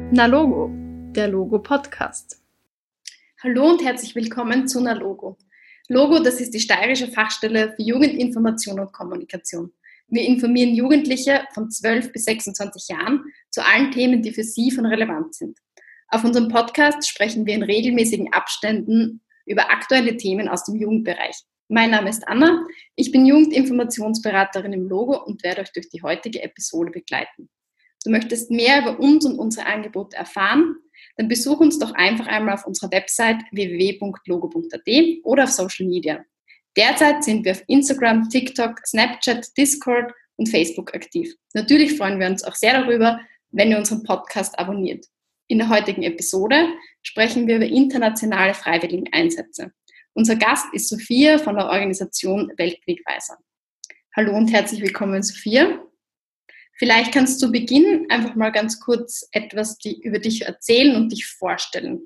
Nalogo, der Logo-Podcast. Hallo und herzlich willkommen zu Nalogo. Logo, das ist die steirische Fachstelle für Jugendinformation und Kommunikation. Wir informieren Jugendliche von 12 bis 26 Jahren zu allen Themen, die für sie von Relevanz sind. Auf unserem Podcast sprechen wir in regelmäßigen Abständen über aktuelle Themen aus dem Jugendbereich. Mein Name ist Anna, ich bin Jugendinformationsberaterin im Logo und werde euch durch die heutige Episode begleiten. Du möchtest mehr über uns und unsere Angebote erfahren? Dann besuch uns doch einfach einmal auf unserer Website www.logo.at oder auf Social Media. Derzeit sind wir auf Instagram, TikTok, Snapchat, Discord und Facebook aktiv. Natürlich freuen wir uns auch sehr darüber, wenn ihr unseren Podcast abonniert. In der heutigen Episode sprechen wir über internationale Freiwilligeneinsätze. Unser Gast ist Sophia von der Organisation Weltwegweiser. Hallo und herzlich willkommen, Sophia. Vielleicht kannst du zu Beginn einfach mal ganz kurz etwas über dich erzählen und dich vorstellen.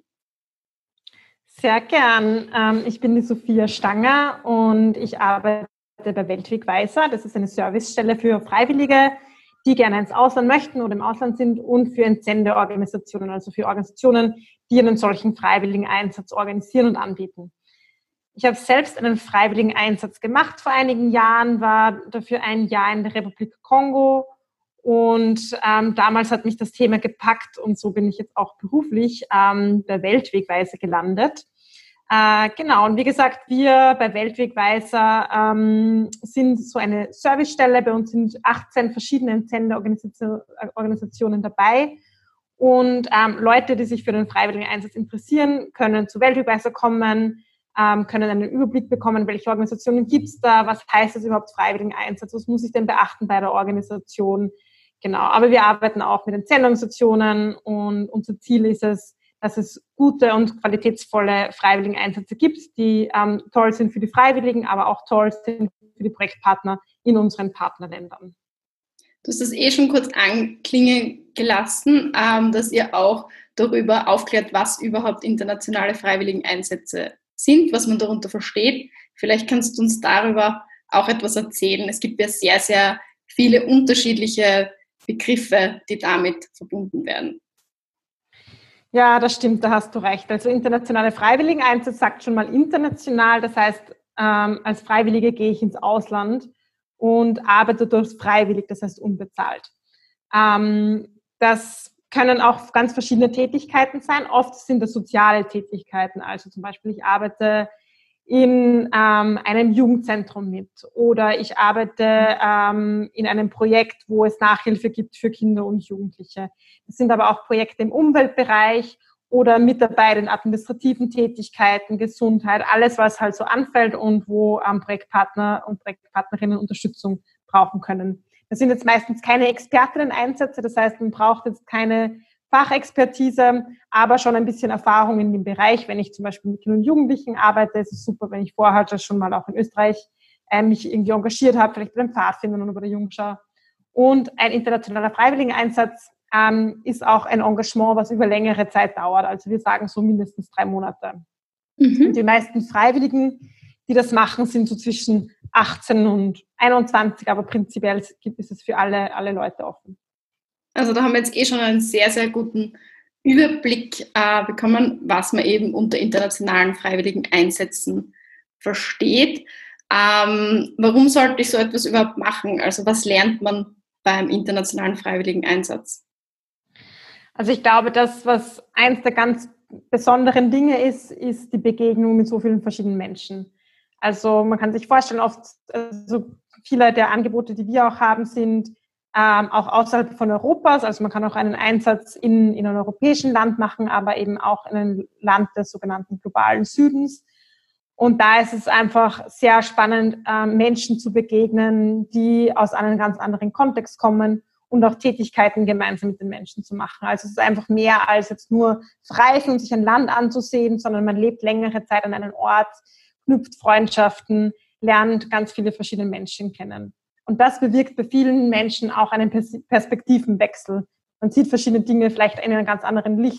Sehr gern. Ich bin die Sophia Stanger und ich arbeite bei Weltwegweiser. Das ist eine Servicestelle für Freiwillige, die gerne ins Ausland möchten oder im Ausland sind, und für Entsendeorganisationen, also für Organisationen, die einen solchen freiwilligen Einsatz organisieren und anbieten. Ich habe selbst einen freiwilligen Einsatz gemacht vor einigen Jahren, war dafür ein Jahr in der Republik Kongo. Und damals hat mich das Thema gepackt und so bin ich jetzt auch beruflich bei Weltwegweiser gelandet. Genau, und wie gesagt, wir bei Weltwegweiser sind so eine Servicestelle. Bei uns sind 18 verschiedene Entsendeorganisationen dabei. Und Leute, die sich für den freiwilligen Einsatz interessieren, können zu Weltwegweiser kommen, können einen Überblick bekommen, welche Organisationen gibt es da, was heißt das überhaupt freiwilligen Einsatz, was muss ich denn beachten bei der Organisation. Genau, aber wir arbeiten auch mit Entsendungsorganisationen und unser Ziel ist es, dass es gute und qualitätsvolle freiwillige Einsätze gibt, die toll sind für die Freiwilligen, aber auch toll sind für die Projektpartner in unseren Partnerländern. Du hast das schon kurz anklingen gelassen, dass ihr auch darüber aufklärt, was überhaupt internationale Freiwilligeneinsätze sind, was man darunter versteht. Vielleicht kannst du uns darüber auch etwas erzählen. Es gibt ja sehr, sehr viele unterschiedliche Begriffe, die damit verbunden werden. Ja, das stimmt, da hast du recht. Also internationale Freiwilligeneinsatz sagt schon mal international, das heißt, als Freiwillige gehe ich ins Ausland und arbeite dort freiwillig, das heißt unbezahlt. Das können auch ganz verschiedene Tätigkeiten sein. Oft sind das soziale Tätigkeiten, also zum Beispiel ich arbeite in einem Jugendzentrum mit oder ich arbeite in einem Projekt, wo es Nachhilfe gibt für Kinder und Jugendliche. Das sind aber auch Projekte im Umweltbereich oder Mitarbeit in administrativen Tätigkeiten, Gesundheit, alles, was halt so anfällt und wo Projektpartner und Projektpartnerinnen Unterstützung brauchen können. Das sind jetzt meistens keine Expertinnen-Einsätze, das heißt, man braucht jetzt keine Fachexpertise, aber schon ein bisschen Erfahrung in dem Bereich. Wenn ich zum Beispiel mit Kindern und Jugendlichen arbeite, ist es super, wenn ich vorher schon mal auch in Österreich mich irgendwie engagiert habe, vielleicht bei den Pfadfindern oder bei der Jugendschau. Und ein internationaler Freiwilligeneinsatz ist auch ein Engagement, was über längere Zeit dauert. Also wir sagen so mindestens 3 Monate. Mhm. Die meisten Freiwilligen, die das machen, sind so zwischen 18 und 21, aber prinzipiell ist es für alle Leute offen. Also da haben wir jetzt schon einen sehr, sehr guten Überblick bekommen, was man eben unter internationalen freiwilligen Einsätzen versteht. Warum sollte ich so etwas überhaupt machen? Also was lernt man beim internationalen freiwilligen Einsatz? Also ich glaube, das, was eins der ganz besonderen Dinge ist die Begegnung mit so vielen verschiedenen Menschen. Also man kann sich vorstellen, oft, also viele der Angebote, die wir auch haben, sind auch außerhalb von Europas. Also man kann auch einen Einsatz in einem europäischen Land machen, aber eben auch in einem Land des sogenannten globalen Südens. Und da ist es einfach sehr spannend, Menschen zu begegnen, die aus einem ganz anderen Kontext kommen und auch Tätigkeiten gemeinsam mit den Menschen zu machen. Also es ist einfach mehr als jetzt nur reisen und sich ein Land anzusehen, sondern man lebt längere Zeit an einem Ort, knüpft Freundschaften, lernt ganz viele verschiedene Menschen kennen. Und das bewirkt bei vielen Menschen auch einen Perspektivenwechsel. Man sieht verschiedene Dinge vielleicht in einem ganz anderen Licht.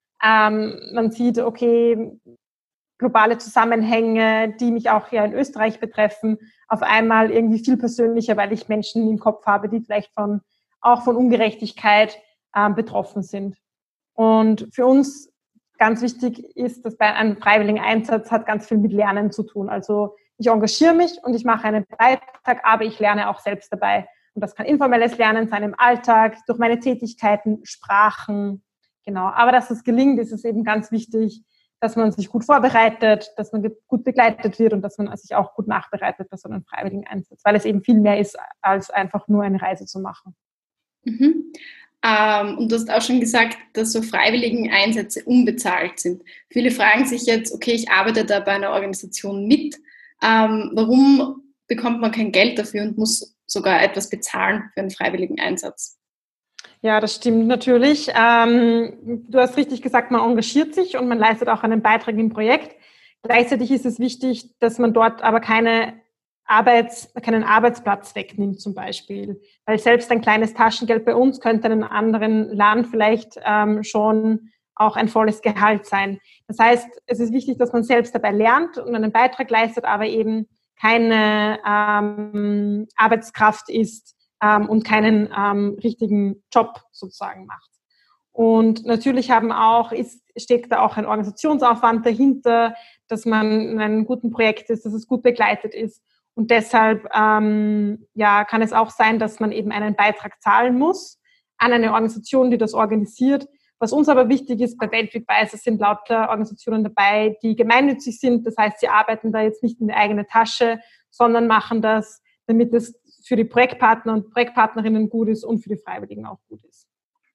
Man sieht, okay, globale Zusammenhänge, die mich auch hier in Österreich betreffen, auf einmal irgendwie viel persönlicher, weil ich Menschen im Kopf habe, die vielleicht auch von Ungerechtigkeit betroffen sind. Und für uns ganz wichtig ist, dass bei einem freiwilligen Einsatz hat ganz viel mit Lernen zu tun. Also ich engagiere mich und ich mache einen Beitrag, aber ich lerne auch selbst dabei. Und das kann informelles Lernen sein im Alltag, durch meine Tätigkeiten, Sprachen. Genau. Aber dass es gelingt, ist es eben ganz wichtig, dass man sich gut vorbereitet, dass man gut begleitet wird und dass man sich auch gut nachbereitet bei so einem freiwilligen Einsatz, weil es eben viel mehr ist, als einfach nur eine Reise zu machen. Mhm. Und du hast auch schon gesagt, dass so freiwilligen Einsätze unbezahlt sind. Viele fragen sich jetzt, okay, ich arbeite da bei einer Organisation mit. Warum bekommt man kein Geld dafür und muss sogar etwas bezahlen für einen freiwilligen Einsatz? Ja, das stimmt natürlich. Du hast richtig gesagt, man engagiert sich und man leistet auch einen Beitrag im Projekt. Gleichzeitig ist es wichtig, dass man dort aber keinen Arbeitsplatz wegnimmt zum Beispiel. Weil selbst ein kleines Taschengeld bei uns könnte in einem anderen Land vielleicht schon auch ein volles Gehalt sein. Das heißt, es ist wichtig, dass man selbst dabei lernt und einen Beitrag leistet, aber eben keine Arbeitskraft ist und keinen richtigen Job sozusagen macht. Und natürlich steckt da auch ein Organisationsaufwand dahinter, dass man in einem guten Projekt ist, dass es gut begleitet ist. Und deshalb kann es auch sein, dass man eben einen Beitrag zahlen muss an eine Organisation, die das organisiert. Was uns aber wichtig ist, bei Weltweg Weiser sind lauter Organisationen dabei, die gemeinnützig sind. Das heißt, sie arbeiten da jetzt nicht in die eigene Tasche, sondern machen das, damit es für die Projektpartner und Projektpartnerinnen gut ist und für die Freiwilligen auch gut ist.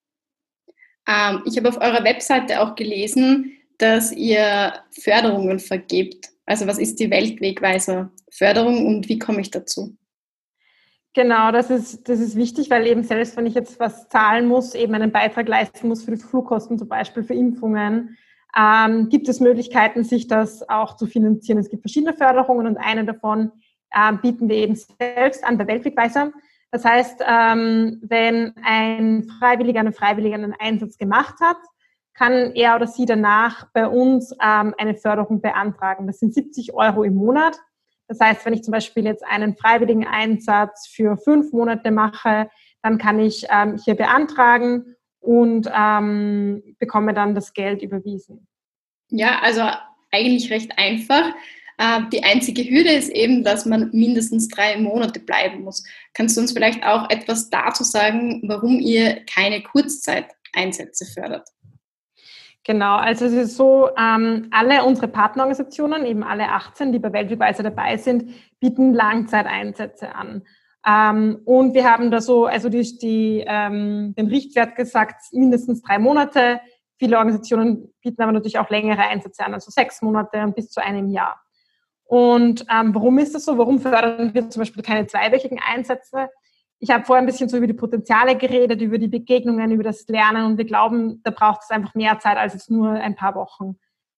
Ich habe auf eurer Webseite auch gelesen, dass ihr Förderungen vergebt. Also was ist die Weltwegweiser Förderung und wie komme ich dazu? Genau, das ist wichtig, weil eben selbst wenn ich jetzt was zahlen muss, eben einen Beitrag leisten muss für die Flugkosten, zum Beispiel für Impfungen, gibt es Möglichkeiten, sich das auch zu finanzieren. Es gibt verschiedene Förderungen und eine davon bieten wir eben selbst an bei Weltwegweiser. Das heißt, wenn ein Freiwilliger, eine Freiwillige einen Einsatz gemacht hat, kann er oder sie danach bei uns eine Förderung beantragen. Das sind 70 € im Monat. Das heißt, wenn ich zum Beispiel jetzt einen freiwilligen Einsatz für 5 Monate mache, dann kann ich hier beantragen und bekomme dann das Geld überwiesen. Ja, also eigentlich recht einfach. Die einzige Hürde ist eben, dass man mindestens 3 Monate bleiben muss. Kannst du uns vielleicht auch etwas dazu sagen, warum ihr keine Kurzzeiteinsätze fördert? Genau, also es ist so, alle unsere Partnerorganisationen, eben alle 18, die bei Weltweg Weiser dabei sind, bieten Langzeiteinsätze an. Und wir haben da so, also den Richtwert gesagt, mindestens 3 Monate. Viele Organisationen bieten aber natürlich auch längere Einsätze an, also 6 Monate und bis zu einem Jahr. Und warum ist das so? Warum fördern wir zum Beispiel keine zweiwöchigen Einsätze? Ich habe vorher ein bisschen so über die Potenziale geredet, über die Begegnungen, über das Lernen und wir glauben, da braucht es einfach mehr Zeit als jetzt nur ein paar Wochen.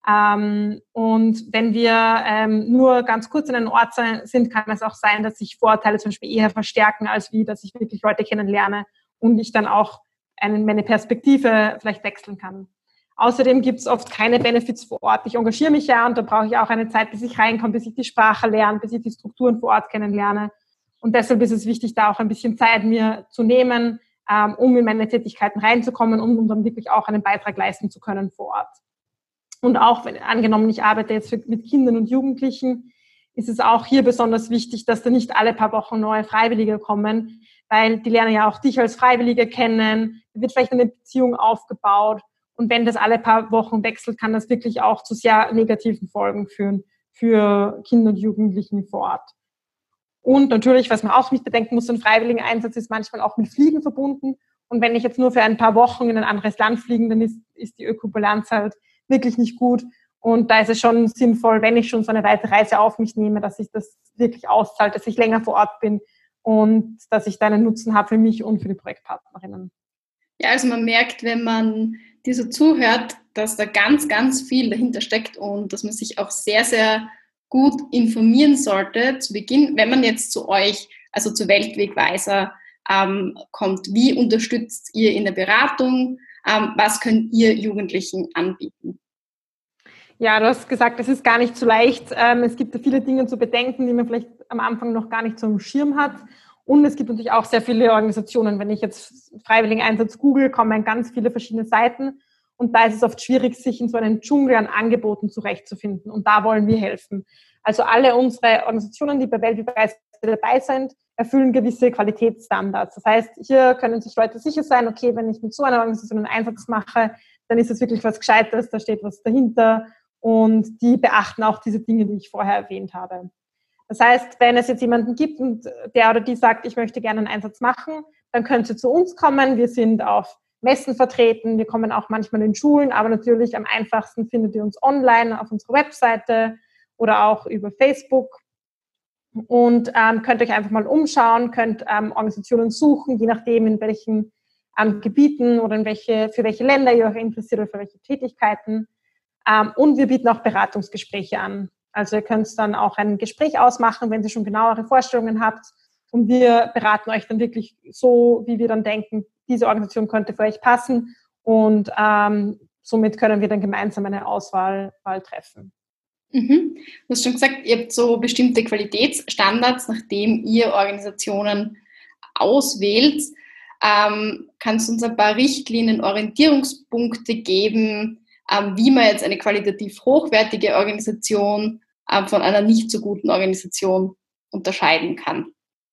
Und wenn wir nur ganz kurz an einem Ort sind, kann es auch sein, dass sich Vorurteile zum Beispiel eher verstärken, als wie, dass ich wirklich Leute kennenlerne und ich dann auch meine Perspektive vielleicht wechseln kann. Außerdem gibt es oft keine Benefits vor Ort. Ich engagiere mich ja und da brauche ich auch eine Zeit, bis ich reinkomme, bis ich die Sprache lerne, bis ich die Strukturen vor Ort kennenlerne. Und deshalb ist es wichtig, da auch ein bisschen Zeit mir zu nehmen, um in meine Tätigkeiten reinzukommen, um dann wirklich auch einen Beitrag leisten zu können vor Ort. Und auch, wenn angenommen, ich arbeite jetzt mit Kindern und Jugendlichen, ist es auch hier besonders wichtig, dass da nicht alle paar Wochen neue Freiwillige kommen, weil die lernen ja auch dich als Freiwillige kennen, da wird vielleicht eine Beziehung aufgebaut. Und wenn das alle paar Wochen wechselt, kann das wirklich auch zu sehr negativen Folgen führen für Kinder und Jugendlichen vor Ort. Und natürlich, was man auch nicht bedenken muss, ein freiwilliger Einsatz ist manchmal auch mit Fliegen verbunden. Und wenn ich jetzt nur für ein paar Wochen in ein anderes Land fliege, dann ist die Ökobilanz halt wirklich nicht gut. Und da ist es schon sinnvoll, wenn ich schon so eine weite Reise auf mich nehme, dass ich das wirklich auszahlt, dass ich länger vor Ort bin und dass ich da einen Nutzen habe für mich und für die Projektpartnerinnen. Ja, also man merkt, wenn man dir so zuhört, dass da ganz, ganz viel dahinter steckt und dass man sich auch sehr, sehr gut informieren sollte zu Beginn, wenn man jetzt zu euch, also zu Weltweg Weiser, kommt. Wie unterstützt ihr in der Beratung? Was könnt ihr Jugendlichen anbieten? Ja, du hast gesagt, es ist gar nicht so leicht. Es gibt viele Dinge zu bedenken, die man vielleicht am Anfang noch gar nicht so im Schirm hat. Und es gibt natürlich auch sehr viele Organisationen. Wenn ich jetzt Freiwilligen Einsatz google, kommen ganz viele verschiedene Seiten. Und da ist es oft schwierig, sich in so einem Dschungel an Angeboten zurechtzufinden. Und da wollen wir helfen. Also alle unsere Organisationen, die bei Weltweit dabei sind, erfüllen gewisse Qualitätsstandards. Das heißt, hier können sich Leute sicher sein, okay, wenn ich mit so einer Organisation einen Einsatz mache, dann ist es wirklich was Gescheites, da steht was dahinter und die beachten auch diese Dinge, die ich vorher erwähnt habe. Das heißt, wenn es jetzt jemanden gibt und der oder die sagt, ich möchte gerne einen Einsatz machen, dann könnt ihr zu uns kommen. Wir sind auf Messen vertreten, wir kommen auch manchmal in Schulen, aber natürlich am einfachsten findet ihr uns online auf unserer Webseite oder auch über Facebook. Und könnt euch einfach mal umschauen, könnt Organisationen suchen, je nachdem in welchen Gebieten oder für welche Länder ihr euch interessiert oder für welche Tätigkeiten. Und wir bieten auch Beratungsgespräche an. Also ihr könnt dann auch ein Gespräch ausmachen, wenn ihr schon genauere Vorstellungen habt. Und wir beraten euch dann wirklich so, wie wir dann denken, diese Organisation könnte für euch passen. Und somit können wir dann gemeinsam eine Auswahl treffen. Du hast schon gesagt, ihr habt so bestimmte Qualitätsstandards, nachdem ihr Organisationen auswählt. Kannst du uns ein paar Richtlinien, Orientierungspunkte geben, wie man jetzt eine qualitativ hochwertige Organisation von einer nicht so guten Organisation unterscheiden kann?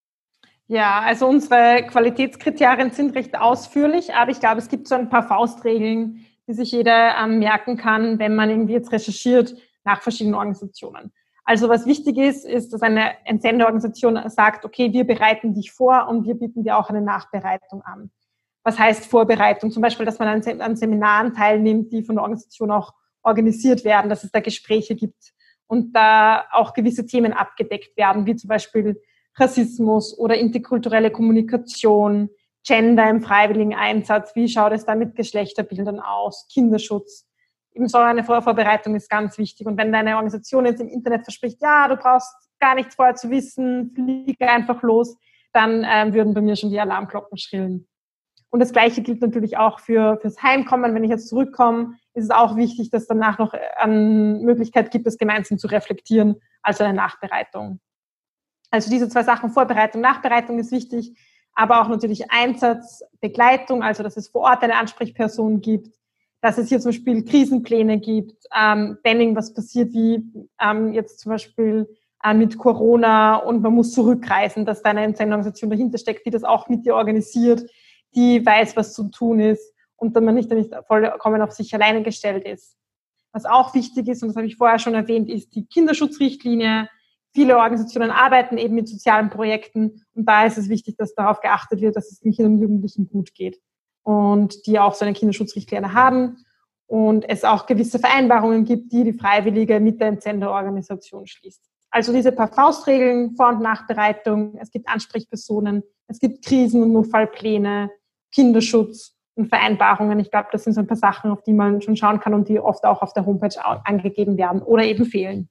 Ja, also unsere Qualitätskriterien sind recht ausführlich, aber ich glaube, es gibt so ein paar Faustregeln, die sich jeder merken kann, wenn man irgendwie jetzt recherchiert nach verschiedenen Organisationen. Also was wichtig ist, dass eine Entsenderorganisation sagt, okay, wir bereiten dich vor und wir bieten dir auch eine Nachbereitung an. Was heißt Vorbereitung? Zum Beispiel, dass man an Seminaren teilnimmt, die von der Organisation auch organisiert werden, dass es da Gespräche gibt und da auch gewisse Themen abgedeckt werden, wie zum Beispiel Rassismus oder interkulturelle Kommunikation, Gender im freiwilligen Einsatz, wie schaut es da mit Geschlechterbildern aus, Kinderschutz. Eben so eine Vorbereitung ist ganz wichtig. Und wenn deine Organisation jetzt im Internet verspricht, ja, du brauchst gar nichts vorher zu wissen, fliege einfach los, dann würden bei mir schon die Alarmglocken schrillen. Und das Gleiche gilt natürlich auch fürs Heimkommen. Wenn ich jetzt zurückkomme, ist es auch wichtig, dass danach noch eine Möglichkeit gibt, das gemeinsam zu reflektieren, also eine Nachbereitung. Also diese zwei Sachen, Vorbereitung, Nachbereitung ist wichtig, aber auch natürlich Einsatz, Begleitung, also dass es vor Ort eine Ansprechperson gibt, dass es hier zum Beispiel Krisenpläne gibt, wenn irgendwas passiert, wie jetzt zum Beispiel mit Corona und man muss zurückreisen, dass da eine Organisation dahinter steckt, die das auch mit dir organisiert, die weiß, was zu tun ist und dann man nicht vollkommen auf sich alleine gestellt ist. Was auch wichtig ist, und das habe ich vorher schon erwähnt, ist die Kinderschutzrichtlinie. Viele Organisationen arbeiten eben mit sozialen Projekten und da ist es wichtig, dass darauf geachtet wird, dass es den Kindern und Jugendlichen gut geht und die auch so eine Kinderschutzrichtlinie haben und es auch gewisse Vereinbarungen gibt, die Freiwillige mit der Entsenderorganisation schließt. Also diese paar Faustregeln, Vor- und Nachbereitung, es gibt Ansprechpersonen, es gibt Krisen- und Notfallpläne, Kinderschutz und Vereinbarungen. Ich glaube, das sind so ein paar Sachen, auf die man schon schauen kann und die oft auch auf der Homepage angegeben werden oder eben fehlen.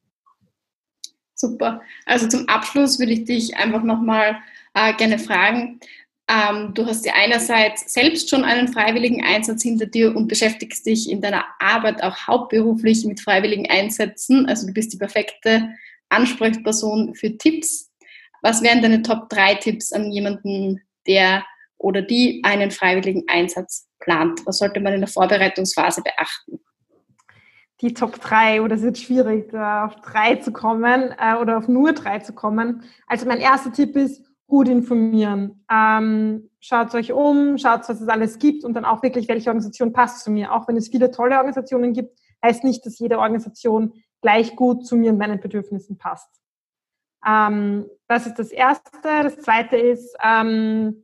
Super. Also zum Abschluss würde ich dich einfach nochmal gerne fragen. Du hast ja einerseits selbst schon einen freiwilligen Einsatz hinter dir und beschäftigst dich in deiner Arbeit auch hauptberuflich mit freiwilligen Einsätzen. Also du bist die perfekte Ansprechperson für Tipps. Was wären deine Top 3 Tipps an jemanden, der oder die einen freiwilligen Einsatz plant? Was sollte man in der Vorbereitungsphase beachten? Die Top 3, oder es wird schwierig, da auf 3 zu kommen oder auf nur 3 zu kommen. Also mein erster Tipp ist, gut informieren. Schaut euch um, schaut, was es alles gibt und dann auch wirklich, welche Organisation passt zu mir. Auch wenn es viele tolle Organisationen gibt, heißt nicht, dass jede Organisation gleich gut zu mir und meinen Bedürfnissen passt. Das ist das Erste. Das Zweite ist, ein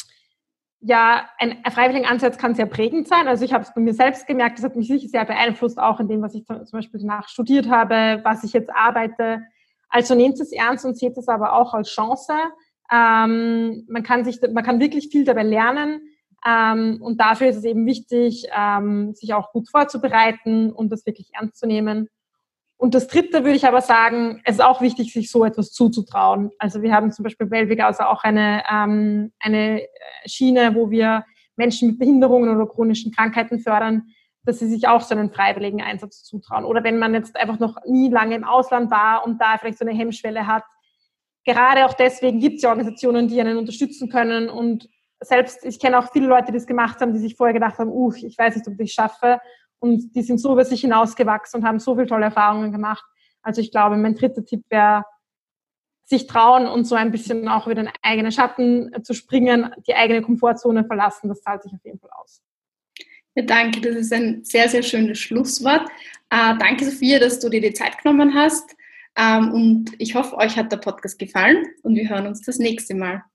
freiwilliger Ansatz kann sehr prägend sein. Also ich habe es bei mir selbst gemerkt, das hat mich sicher sehr beeinflusst, auch in dem, was ich zum Beispiel danach studiert habe, was ich jetzt arbeite. Also nehmt es ernst und seht es aber auch als Chance. Man kann wirklich viel dabei lernen. Und dafür ist es eben wichtig, sich auch gut vorzubereiten und das wirklich ernst zu nehmen. Und das Dritte würde ich aber sagen, es ist auch wichtig, sich so etwas zuzutrauen. Also wir haben zum Beispiel bei Wellweg auch eine Schiene, wo wir Menschen mit Behinderungen oder chronischen Krankheiten fördern, dass sie sich auch so einen freiwilligen Einsatz zutrauen. Oder wenn man jetzt einfach noch nie lange im Ausland war und da vielleicht so eine Hemmschwelle hat. Gerade auch deswegen gibt es ja Organisationen, die einen unterstützen können. Und selbst, ich kenne auch viele Leute, die das gemacht haben, die sich vorher gedacht haben, ich weiß nicht, ob ich es schaffe. und die sind so über sich hinausgewachsen und haben so viele tolle Erfahrungen gemacht. Also ich glaube, mein dritter Tipp wäre, sich trauen und so ein bisschen auch über den eigenen Schatten zu springen, die eigene Komfortzone verlassen, das zahlt sich auf jeden Fall aus. Ja, danke, das ist ein sehr, sehr schönes Schlusswort. Danke, Sophia, dass du dir die Zeit genommen hast. Und ich hoffe, euch hat der Podcast gefallen und wir hören uns das nächste Mal.